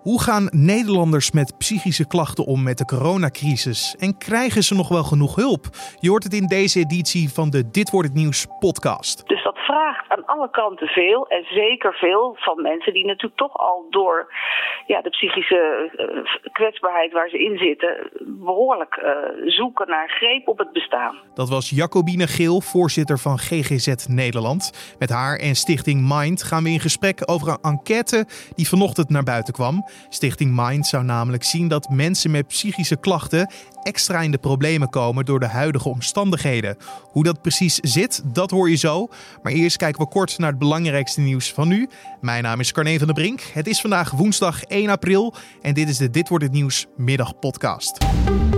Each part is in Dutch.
Hoe gaan Nederlanders met psychische klachten om met de coronacrisis? En krijgen ze nog wel genoeg hulp? Je hoort het in deze editie van de Dit Wordt Het Nieuws podcast. Dus dat vraagt aan alle kanten veel. En zeker veel van mensen die natuurlijk toch al door de psychische kwetsbaarheid waar ze in zitten behoorlijk zoeken naar greep op het bestaan. Dat was Jacobine Geel, voorzitter van GGZ Nederland. Met haar en Stichting Mind gaan we in gesprek over een enquête die vanochtend naar buiten kwam. Stichting Mind zou namelijk zien dat mensen met psychische klachten extra in de problemen komen door de huidige omstandigheden. Hoe dat precies zit, dat hoor je zo. Maar eerst kijken we kort naar het belangrijkste nieuws van nu. Mijn naam is Carne van der Brink. Het is vandaag woensdag 1 april en dit is de Dit Wordt Het Nieuws middagpodcast.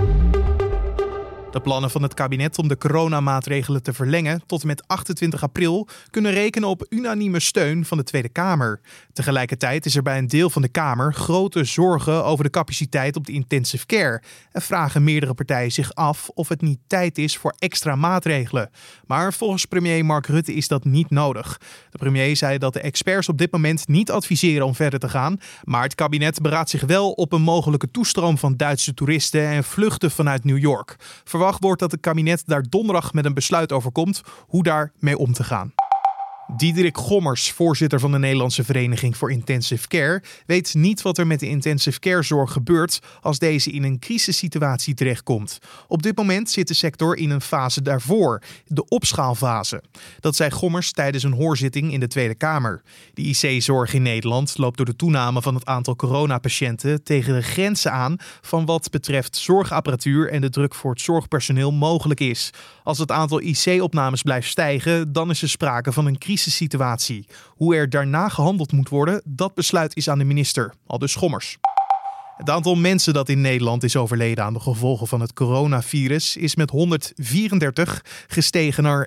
De plannen van het kabinet om de coronamaatregelen te verlengen tot en met 28 april kunnen rekenen op unanieme steun van de Tweede Kamer. Tegelijkertijd is er bij een deel van de Kamer grote zorgen over de capaciteit op de intensive care. En vragen meerdere partijen zich af of het niet tijd is voor extra maatregelen. Maar volgens premier Mark Rutte is dat niet nodig. De premier zei dat de experts op dit moment niet adviseren om verder te gaan. Maar het kabinet beraadt zich wel op een mogelijke toestroom van Duitse toeristen en vluchten vanuit New York. Verwacht wordt dat het kabinet daar donderdag met een besluit over komt hoe daarmee om te gaan. Diederik Gommers, voorzitter van de Nederlandse Vereniging voor Intensive Care, weet niet wat er met de intensive care zorg gebeurt als deze in een crisissituatie terechtkomt. Op dit moment zit de sector in een fase daarvoor, de opschaalfase. Dat zei Gommers tijdens een hoorzitting in de Tweede Kamer. De IC-zorg in Nederland loopt door de toename van het aantal coronapatiënten tegen de grenzen aan van wat betreft zorgapparatuur en de druk voor het zorgpersoneel mogelijk is. Als het aantal IC-opnames blijft stijgen, dan is er sprake van een crisissituatie. Hoe er daarna gehandeld moet worden, dat besluit is aan de minister, aldus Gommers. Het aantal mensen dat in Nederland is overleden aan de gevolgen van het coronavirus is met 134 gestegen naar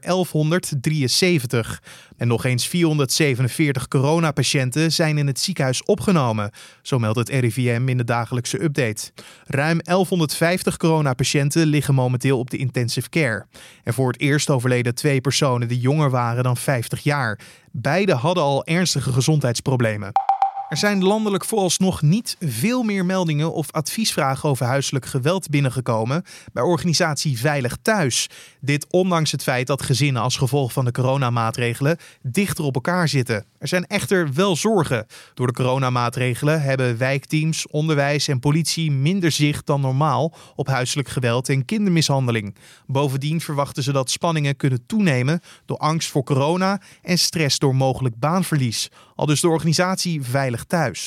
1173. En nog eens 447 coronapatiënten zijn in het ziekenhuis opgenomen, zo meldt het RIVM in de dagelijkse update. Ruim 1150 coronapatiënten liggen momenteel op de intensive care. En voor het eerst overleden 2 personen die jonger waren dan 50 jaar. Beide hadden al ernstige gezondheidsproblemen. Er zijn landelijk vooralsnog niet veel meer meldingen of adviesvragen over huiselijk geweld binnengekomen bij organisatie Veilig Thuis. Dit ondanks het feit dat gezinnen als gevolg van de coronamaatregelen dichter op elkaar zitten. Er zijn echter wel zorgen. Door de coronamaatregelen hebben wijkteams, onderwijs en politie minder zicht dan normaal op huiselijk geweld en kindermishandeling. Bovendien verwachten ze dat spanningen kunnen toenemen door angst voor corona en stress door mogelijk baanverlies. Aldus de organisatie Veilig Thuis.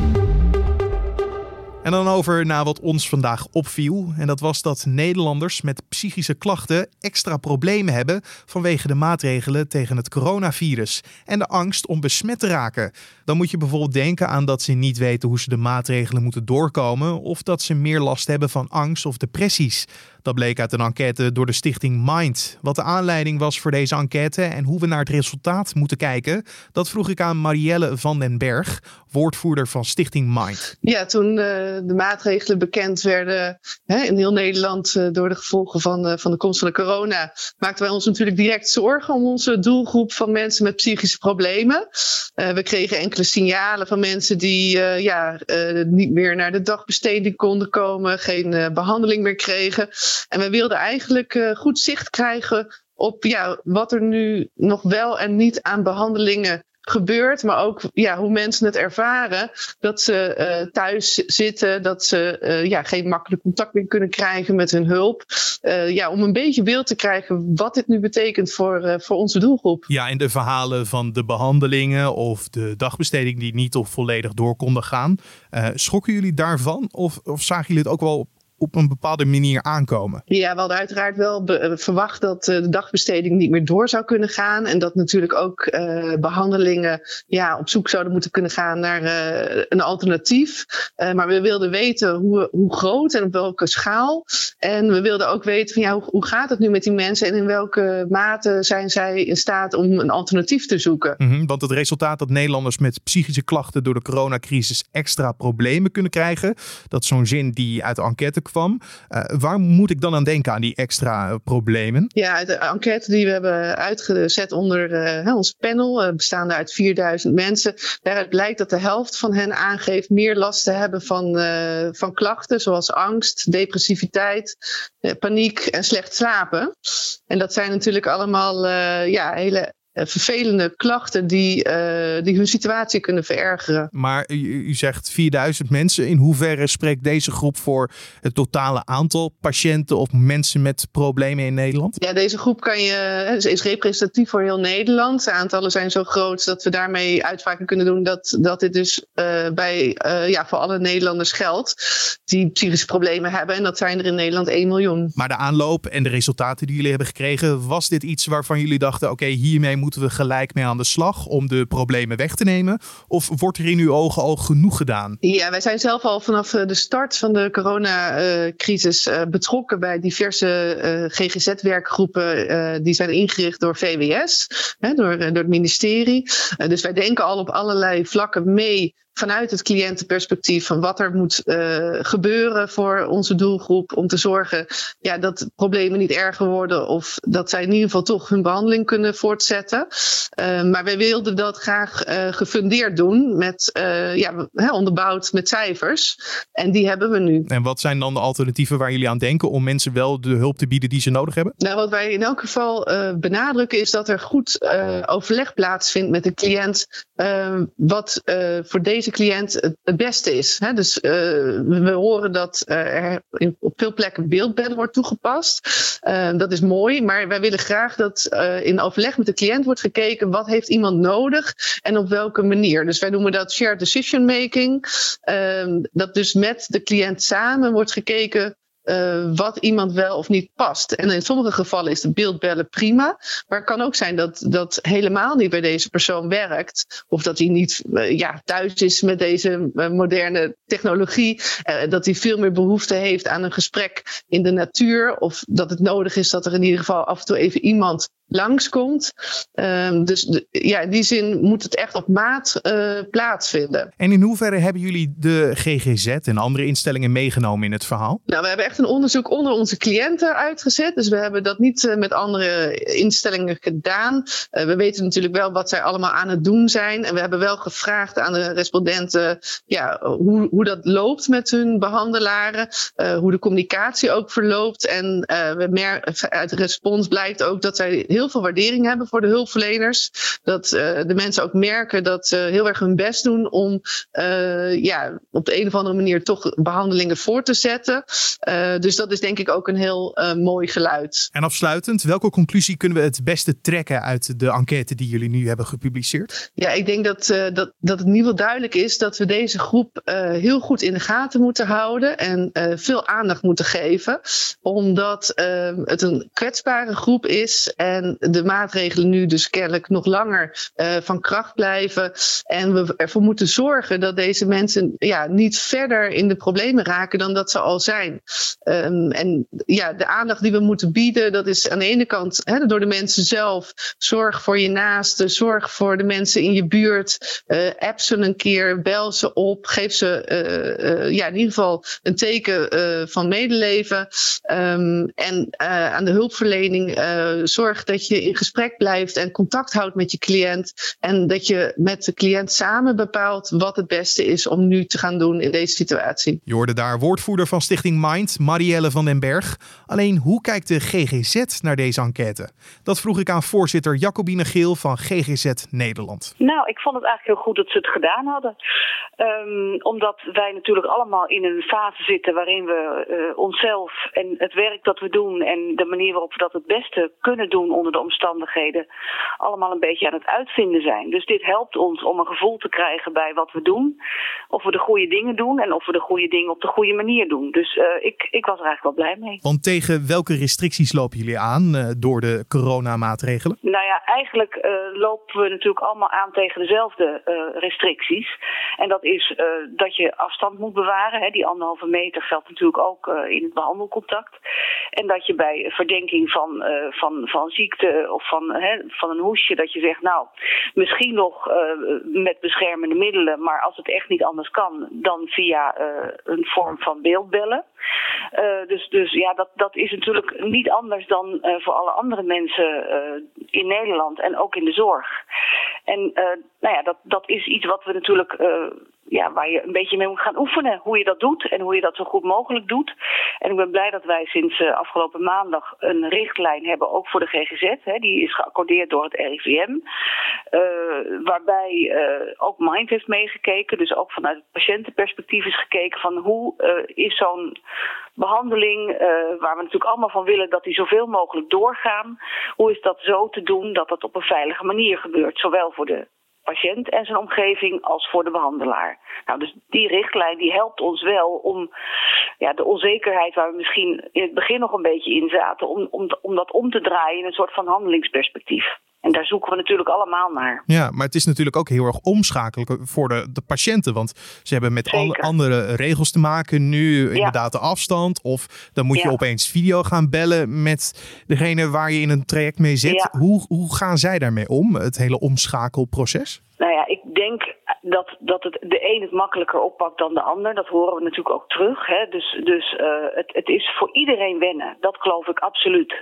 En dan over naar wat ons vandaag opviel. En dat was dat Nederlanders met psychische klachten extra problemen hebben vanwege de maatregelen tegen het coronavirus en de angst om besmet te raken. Dan moet je bijvoorbeeld denken aan dat ze niet weten hoe ze de maatregelen moeten doorkomen of dat ze meer last hebben van angst of depressies. Dat bleek uit een enquête door de Stichting Mind. Wat de aanleiding was voor deze enquête en hoe we naar het resultaat moeten kijken, dat vroeg ik aan Marielle van den Berg, woordvoerder van Stichting Mind. Ja, toen de maatregelen bekend werden in heel Nederland door de gevolgen van de komst van de corona, maakten wij ons natuurlijk direct zorgen om onze doelgroep van mensen met psychische problemen. We kregen enkele signalen van mensen die niet meer naar de dagbesteding konden komen, geen behandeling meer kregen. En we wilden eigenlijk goed zicht krijgen op wat er nu nog wel en niet aan behandelingen gebeurt, maar ook hoe mensen het ervaren, dat ze thuis zitten, dat ze geen makkelijk contact meer kunnen krijgen met hun hulp. Om een beetje beeld te krijgen wat dit nu betekent voor onze doelgroep. Ja, en de verhalen van de behandelingen of de dagbesteding die niet of volledig door konden gaan. Schrokken jullie daarvan of zagen jullie het ook wel op een bepaalde manier aankomen? Ja, we hadden uiteraard wel verwacht dat de dagbesteding niet meer door zou kunnen gaan. En dat natuurlijk ook behandelingen op zoek zouden moeten kunnen gaan naar een alternatief. Maar we wilden weten hoe groot en op welke schaal. En we wilden ook weten van hoe gaat het nu met die mensen en in welke mate zijn zij in staat om een alternatief te zoeken. Want het resultaat dat Nederlanders met psychische klachten door de coronacrisis extra problemen kunnen krijgen, dat is zo'n zin die uit de enquête kwam. Waar moet ik dan aan denken aan die extra problemen? Ja, uit de enquête die we hebben uitgezet onder ons panel, bestaande uit 4000 mensen. Daaruit blijkt dat de helft van hen aangeeft meer last te hebben van klachten zoals angst, depressiviteit, paniek en slecht slapen. En dat zijn natuurlijk allemaal hele vervelende klachten die hun situatie kunnen verergeren. Maar u zegt 4000 mensen. In hoeverre spreekt deze groep voor het totale aantal patiënten of mensen met problemen in Nederland? Ja, deze groep is representatief voor heel Nederland. De aantallen zijn zo groot dat we daarmee uitspraken kunnen doen dat dit dus voor alle Nederlanders geldt die psychische problemen hebben. En dat zijn er in Nederland 1 miljoen. Maar de aanloop en de resultaten die jullie hebben gekregen, was dit iets waarvan jullie dachten, oké, hiermee moeten we gelijk mee aan de slag om de problemen weg te nemen? Of wordt er in uw ogen al genoeg gedaan? Ja, wij zijn zelf al vanaf de start van de coronacrisis betrokken bij diverse GGZ-werkgroepen die zijn ingericht door VWS, door het ministerie. Dus wij denken al op allerlei vlakken mee vanuit het cliëntenperspectief van wat er moet gebeuren voor onze doelgroep om te zorgen dat problemen niet erger worden of dat zij in ieder geval toch hun behandeling kunnen voortzetten. Maar wij wilden dat graag gefundeerd doen met onderbouwd met cijfers. En die hebben we nu. En wat zijn dan de alternatieven waar jullie aan denken om mensen wel de hulp te bieden die ze nodig hebben? Nou, wat wij in elk geval benadrukken is dat er goed overleg plaatsvindt met de cliënt wat voor deze cliënt het beste is. Dus we horen dat er op veel plekken beeldbellen wordt toegepast. Dat is mooi, maar wij willen graag dat in overleg met de cliënt wordt gekeken wat heeft iemand nodig en op welke manier. Dus wij noemen dat shared decision making. Dat dus met de cliënt samen wordt gekeken wat iemand wel of niet past. En in sommige gevallen is de beeldbellen prima. Maar het kan ook zijn dat helemaal niet bij deze persoon werkt. Of dat hij niet thuis is met deze moderne technologie. Dat hij veel meer behoefte heeft aan een gesprek in de natuur. Of dat het nodig is dat er in ieder geval af en toe even iemand langskomt. Dus in die zin moet het echt op maat plaatsvinden. En in hoeverre hebben jullie de GGZ en andere instellingen meegenomen in het verhaal? Nou, we hebben echt een onderzoek onder onze cliënten uitgezet. Dus we hebben dat niet met andere instellingen gedaan. We weten natuurlijk wel wat zij allemaal aan het doen zijn. En we hebben wel gevraagd aan de respondenten hoe dat loopt met hun behandelaren. Hoe de communicatie ook verloopt. En uit de respons blijkt ook dat zij heel veel waardering hebben voor de hulpverleners. Dat de mensen ook merken dat ze heel erg hun best doen om op de een of andere manier toch behandelingen voor te zetten. Dus dat is denk ik ook een heel mooi geluid. En afsluitend, welke conclusie kunnen we het beste trekken uit de enquête die jullie nu hebben gepubliceerd? Ja, ik denk dat het in ieder geval duidelijk is dat we deze groep heel goed in de gaten moeten houden en veel aandacht moeten geven. Omdat het een kwetsbare groep is en de maatregelen nu dus kennelijk nog langer van kracht blijven. En we ervoor moeten zorgen dat deze mensen niet verder in de problemen raken dan dat ze al zijn. De aandacht die we moeten bieden, dat is aan de ene kant door de mensen zelf. Zorg voor je naasten, zorg voor de mensen in je buurt. App ze een keer, bel ze op, geef ze in ieder geval een teken van medeleven. En aan de hulpverlening zorg dat je in gesprek blijft en contact houdt met je cliënt. En dat je met de cliënt samen bepaalt wat het beste is om nu te gaan doen in deze situatie. Je hoorde daar woordvoerder van Stichting Mind, Marielle van den Berg. Alleen, hoe kijkt de GGZ naar deze enquête? Dat vroeg ik aan voorzitter Jacobine Geel van GGZ Nederland. Nou, ik vond het eigenlijk heel goed dat ze het gedaan hadden. Omdat wij natuurlijk allemaal in een fase zitten waarin we onszelf en het werk dat we doen en de manier waarop we dat het beste kunnen doen onder de omstandigheden allemaal een beetje aan het uitvinden zijn. Dus dit helpt ons om een gevoel te krijgen bij wat we doen. Of we de goede dingen doen en of we de goede dingen op de goede manier doen. Dus ik was er eigenlijk wel blij mee. Want tegen welke restricties lopen jullie aan door de coronamaatregelen? Nou ja, eigenlijk lopen we natuurlijk allemaal aan tegen dezelfde restricties. En dat is dat je afstand moet bewaren. Die 1,5 meter geldt natuurlijk ook in het behandelcontact. En dat je bij verdenking van ziekte of van een hoesje, dat je zegt, nou, misschien nog met beschermende middelen, maar als het echt niet anders kan, dan via een vorm van beeldbellen. Dus ja, dat is natuurlijk niet anders dan voor alle andere mensen in Nederland en ook in de zorg. En nou ja, dat is iets wat we natuurlijk waar je een beetje mee moet gaan oefenen. Hoe je dat doet en hoe je dat zo goed mogelijk doet. En ik ben blij dat wij sinds afgelopen maandag een richtlijn hebben, ook voor de GGZ. Die is geaccordeerd door het RIVM. Waarbij ook Mind heeft meegekeken. Dus ook vanuit het patiëntenperspectief is gekeken van hoe is zo'n behandeling, waar we natuurlijk allemaal van willen dat die zoveel mogelijk doorgaan. Hoe is dat zo te doen dat dat op een veilige manier gebeurt? Zowel voor de patiënt en zijn omgeving als voor de behandelaar. Nou, dus die richtlijn die helpt ons wel om de onzekerheid waar we misschien in het begin nog een beetje in zaten, om dat om te draaien in een soort van handelingsperspectief. En daar zoeken we natuurlijk allemaal naar. Ja, maar het is natuurlijk ook heel erg omschakelijk voor de patiënten. Want ze hebben met alle andere regels te maken. Nu inderdaad de afstand. Of dan moet je opeens video gaan bellen met degene waar je in een traject mee zit. Ja. Hoe gaan zij daarmee om? Het hele omschakelproces? Nou ja, ik denk dat het de een het makkelijker oppakt dan de ander. Dat horen we natuurlijk ook terug. Hè? Dus het is voor iedereen wennen. Dat geloof ik absoluut.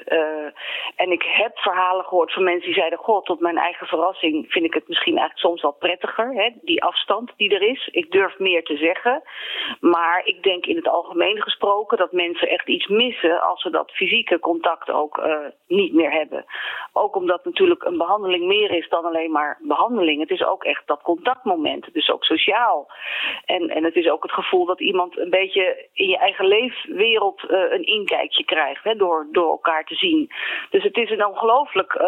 En ik heb verhalen gehoord van mensen die zeiden, goh, tot mijn eigen verrassing vind ik het misschien eigenlijk soms wel prettiger. Hè? Die afstand die er is. Ik durf meer te zeggen. Maar ik denk in het algemeen gesproken dat mensen echt iets missen als ze dat fysieke contact ook niet meer hebben. Ook omdat natuurlijk een behandeling meer is dan alleen maar behandeling. Het is ook echt dat contactmoment. Dus ook sociaal. En het is ook het gevoel dat iemand een beetje in je eigen leefwereld een inkijkje krijgt. Hè, door elkaar te zien. Dus het is een ongelooflijk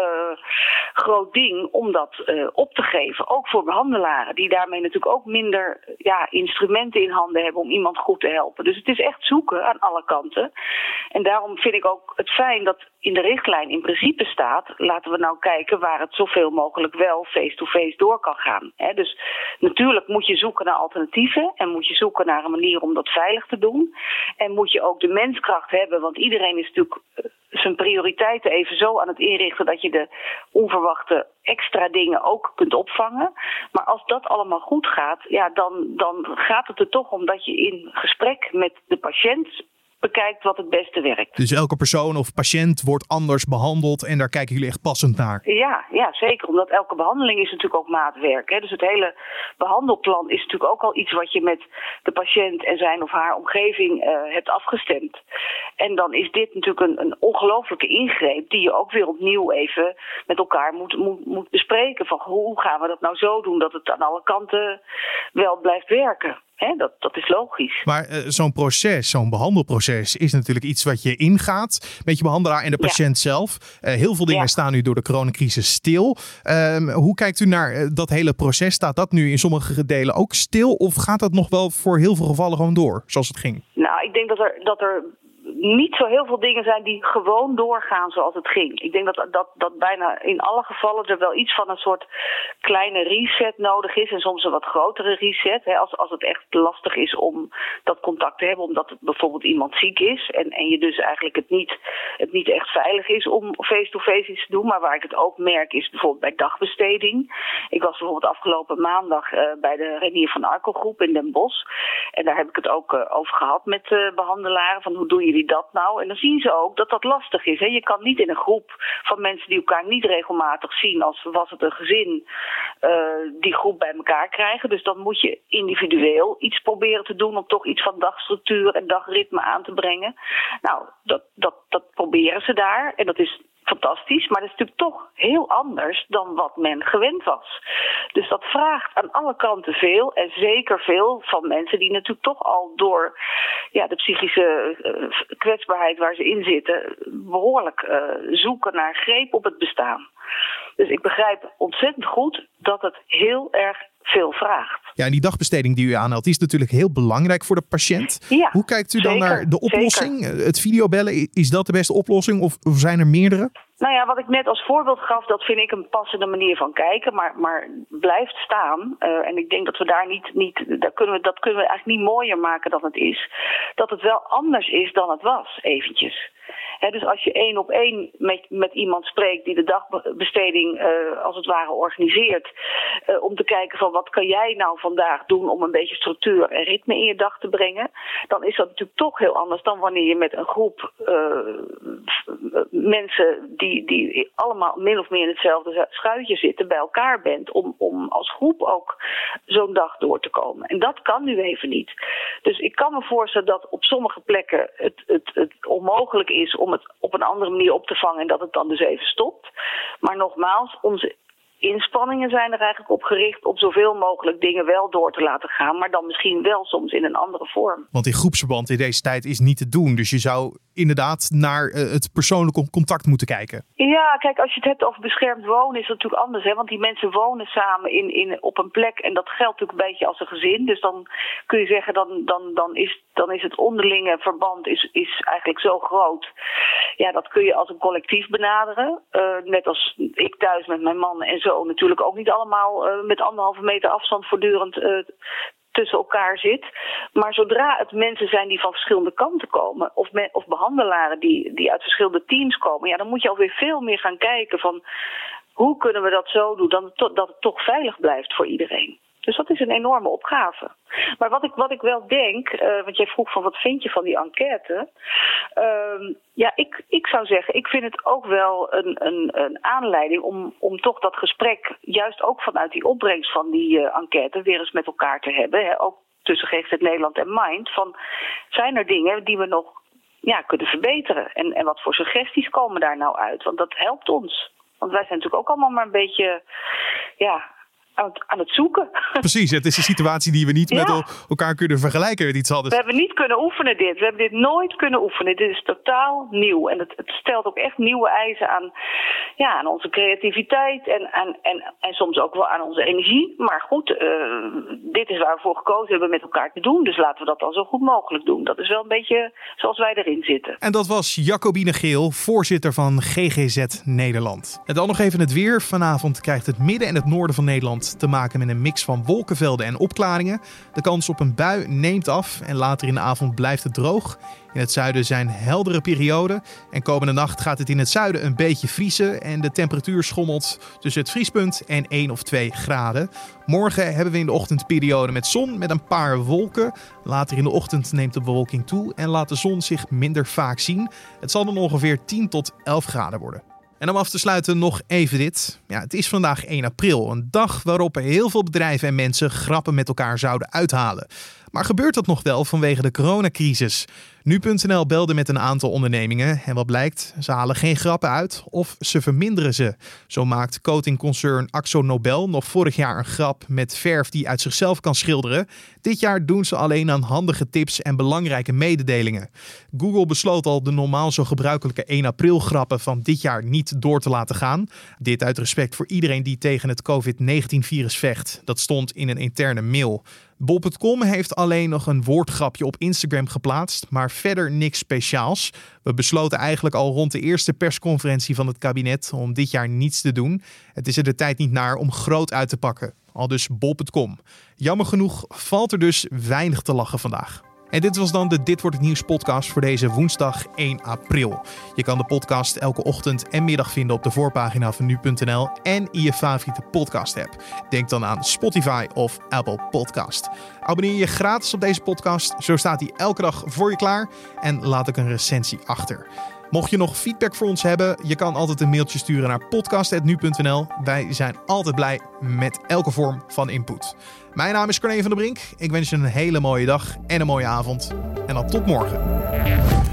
groot ding om dat op te geven. Ook voor behandelaren. Die daarmee natuurlijk ook minder instrumenten in handen hebben om iemand goed te helpen. Dus het is echt zoeken aan alle kanten. En daarom vind ik ook het fijn dat in de richtlijn in principe staat, laten we nou kijken waar het zoveel mogelijk wel face-to-face door kan gaan. Dus natuurlijk moet je zoeken naar alternatieven en moet je zoeken naar een manier om dat veilig te doen. En moet je ook de menskracht hebben, want iedereen is natuurlijk zijn prioriteiten even zo aan het inrichten dat je de onverwachte extra dingen ook kunt opvangen. Maar als dat allemaal goed gaat, dan gaat het er toch om dat je in gesprek met de patiënt bekijkt wat het beste werkt. Dus elke persoon of patiënt wordt anders behandeld en daar kijken jullie echt passend naar? Ja, zeker. Omdat elke behandeling is natuurlijk ook maatwerk. Hè? Dus het hele behandelplan is natuurlijk ook al iets wat je met de patiënt en zijn of haar omgeving hebt afgestemd. En dan is dit natuurlijk een ongelofelijke ingreep die je ook weer opnieuw even met elkaar moet bespreken. Van hoe gaan we dat nou zo doen dat het aan alle kanten wel blijft werken? Dat is logisch. Maar zo'n proces, zo'n behandelproces is natuurlijk iets wat je ingaat met je behandelaar en de patiënt zelf. Heel veel dingen staan nu door de coronacrisis stil. Hoe kijkt u naar dat hele proces? Staat dat nu in sommige delen ook stil of gaat dat nog wel voor heel veel gevallen gewoon door zoals het ging? Nou, ik denk dat er niet zo heel veel dingen zijn die gewoon doorgaan zoals het ging. Ik denk dat bijna in alle gevallen er wel iets van een soort kleine reset nodig is. En soms een wat grotere reset. Hè, als het echt lastig is om dat contact te hebben. Omdat het bijvoorbeeld iemand ziek is. En je dus eigenlijk het niet echt veilig is om face-to-face iets te doen. Maar waar ik het ook merk is bijvoorbeeld bij dagbesteding. Ik was bijvoorbeeld afgelopen maandag bij de Renier van Arkel groep in Den Bosch. En daar heb ik het ook over gehad met behandelaren. Van hoe doen jullie dat nou? En dan zien ze ook dat dat lastig is. Hè? Je kan niet in een groep van mensen die elkaar niet regelmatig zien, als was het een gezin, die groep bij elkaar krijgen. Dus dan moet je individueel iets proberen te doen om toch iets van dagstructuur en dagritme aan te brengen. Nou, dat proberen ze daar. En dat is fantastisch, maar dat is natuurlijk toch heel anders dan wat men gewend was. Dus dat vraagt aan alle kanten veel en zeker veel van mensen die natuurlijk toch al door de psychische kwetsbaarheid waar ze in zitten behoorlijk zoeken naar greep op het bestaan. Dus ik begrijp ontzettend goed dat het heel erg veel vraagt. Ja, en die dagbesteding die u aanhaalt, die is natuurlijk heel belangrijk voor de patiënt. Ja, hoe kijkt u dan naar de oplossing? Zeker. Het videobellen, is dat de beste oplossing of zijn er meerdere? Nou ja, wat ik net als voorbeeld gaf, dat vind ik een passende manier van kijken, maar blijft staan. En ik denk dat we daar dat kunnen we eigenlijk niet mooier maken dan het is. Dat het wel anders is dan het was, eventjes. Dus als je 1 op 1 met iemand spreekt die de dagbesteding als het ware organiseert, om te kijken van wat kan jij nou vandaag doen om een beetje structuur en ritme in je dag te brengen, dan is dat natuurlijk toch heel anders dan wanneer je met een groep mensen die allemaal min of meer in hetzelfde schuitje zitten bij elkaar bent om als groep ook zo'n dag door te komen. En dat kan nu even niet. Dus ik kan me voorstellen dat op sommige plekken het onmogelijk is om het op een andere manier op te vangen en dat het dan dus even stopt. Maar nogmaals, onze inspanningen zijn er eigenlijk op gericht om zoveel mogelijk dingen wel door te laten gaan, maar dan misschien wel soms in een andere vorm. Want in groepsverband in deze tijd is niet te doen. Dus je zou inderdaad naar het persoonlijke contact moeten kijken. Ja, kijk, als je het hebt over beschermd wonen is dat natuurlijk anders. Hè? Want die mensen wonen samen op een plek en dat geldt natuurlijk een beetje als een gezin. Dus dan kun je zeggen, dan is het onderlinge verband is eigenlijk zo groot. Ja, dat kun je als een collectief benaderen. Net als ik thuis met mijn man en zo natuurlijk ook niet allemaal met 1,5 meter afstand voortdurend tussen elkaar zit. Maar zodra het mensen zijn die van verschillende kanten komen, of behandelaren die uit verschillende teams komen, ja, dan moet je alweer veel meer gaan kijken van hoe kunnen we dat zo doen dat het toch veilig blijft voor iedereen. Dus dat is een enorme opgave. Maar wat ik wel denk, want jij vroeg van wat vind je van die enquête? Ik zou zeggen, ik vind het ook wel een aanleiding om toch dat gesprek, juist ook vanuit die opbrengst van die enquête, weer eens met elkaar te hebben. Hè? Ook tussen GGZ Nederland en Mind. Van, zijn er dingen die we nog kunnen verbeteren? En wat voor suggesties komen daar nou uit? Want dat helpt ons. Want wij zijn natuurlijk ook allemaal maar een beetje aan het zoeken. Precies, het is een situatie die we niet met elkaar kunnen vergelijken met iets anders. We hebben niet kunnen oefenen dit. We hebben dit nooit kunnen oefenen. Dit is totaal nieuw. En het stelt ook echt nieuwe eisen aan onze creativiteit en soms ook wel aan onze energie. Maar goed, dit is waar we voor gekozen hebben met elkaar te doen. Dus laten we dat dan zo goed mogelijk doen. Dat is wel een beetje zoals wij erin zitten. En dat was Jacobine Geel, voorzitter van GGZ Nederland. En dan nog even het weer. Vanavond krijgt het midden en het noorden van Nederland te maken met een mix van wolkenvelden en opklaringen. De kans op een bui neemt af en later in de avond blijft het droog. In het zuiden zijn heldere perioden en komende nacht gaat het in het zuiden een beetje vriezen en de temperatuur schommelt tussen het vriespunt en 1 of 2 graden. Morgen hebben we in de ochtend periode met zon met een paar wolken. Later in de ochtend neemt de bewolking toe en laat de zon zich minder vaak zien. Het zal dan ongeveer 10 tot 11 graden worden. En om af te sluiten nog even dit. Ja, het is vandaag 1 april, een dag waarop heel veel bedrijven en mensen grappen met elkaar zouden uithalen. Maar gebeurt dat nog wel vanwege de coronacrisis? Nu.nl belde met een aantal ondernemingen en wat blijkt? Ze halen geen grappen uit of ze verminderen ze. Zo maakt coatingconcern Akzo Nobel nog vorig jaar een grap met verf die uit zichzelf kan schilderen. Dit jaar doen ze alleen aan handige tips en belangrijke mededelingen. Google besloot al de normaal zo gebruikelijke 1 april grappen van dit jaar niet door te laten gaan. Dit uit respect voor iedereen die tegen het COVID-19-virus vecht. Dat stond in een interne mail. Bol.com heeft alleen nog een woordgrapje op Instagram geplaatst, maar verder niks speciaals. We besloten eigenlijk al rond de eerste persconferentie van het kabinet om dit jaar niets te doen. Het is er de tijd niet naar om groot uit te pakken. Aldus Bol.com. Jammer genoeg valt er dus weinig te lachen vandaag. En dit was dan de Dit Wordt Het Nieuws podcast voor deze woensdag 1 april. Je kan de podcast elke ochtend en middag vinden op de voorpagina van nu.nl en in je favoriete podcast app. Denk dan aan Spotify of Apple Podcast. Abonneer je gratis op deze podcast, zo staat hij elke dag voor je klaar en laat ik een recensie achter. Mocht je nog feedback voor ons hebben, je kan altijd een mailtje sturen naar podcast@nu.nl. Wij zijn altijd blij met elke vorm van input. Mijn naam is Corné van der Brink. Ik wens je een hele mooie dag en een mooie avond. En dan tot morgen.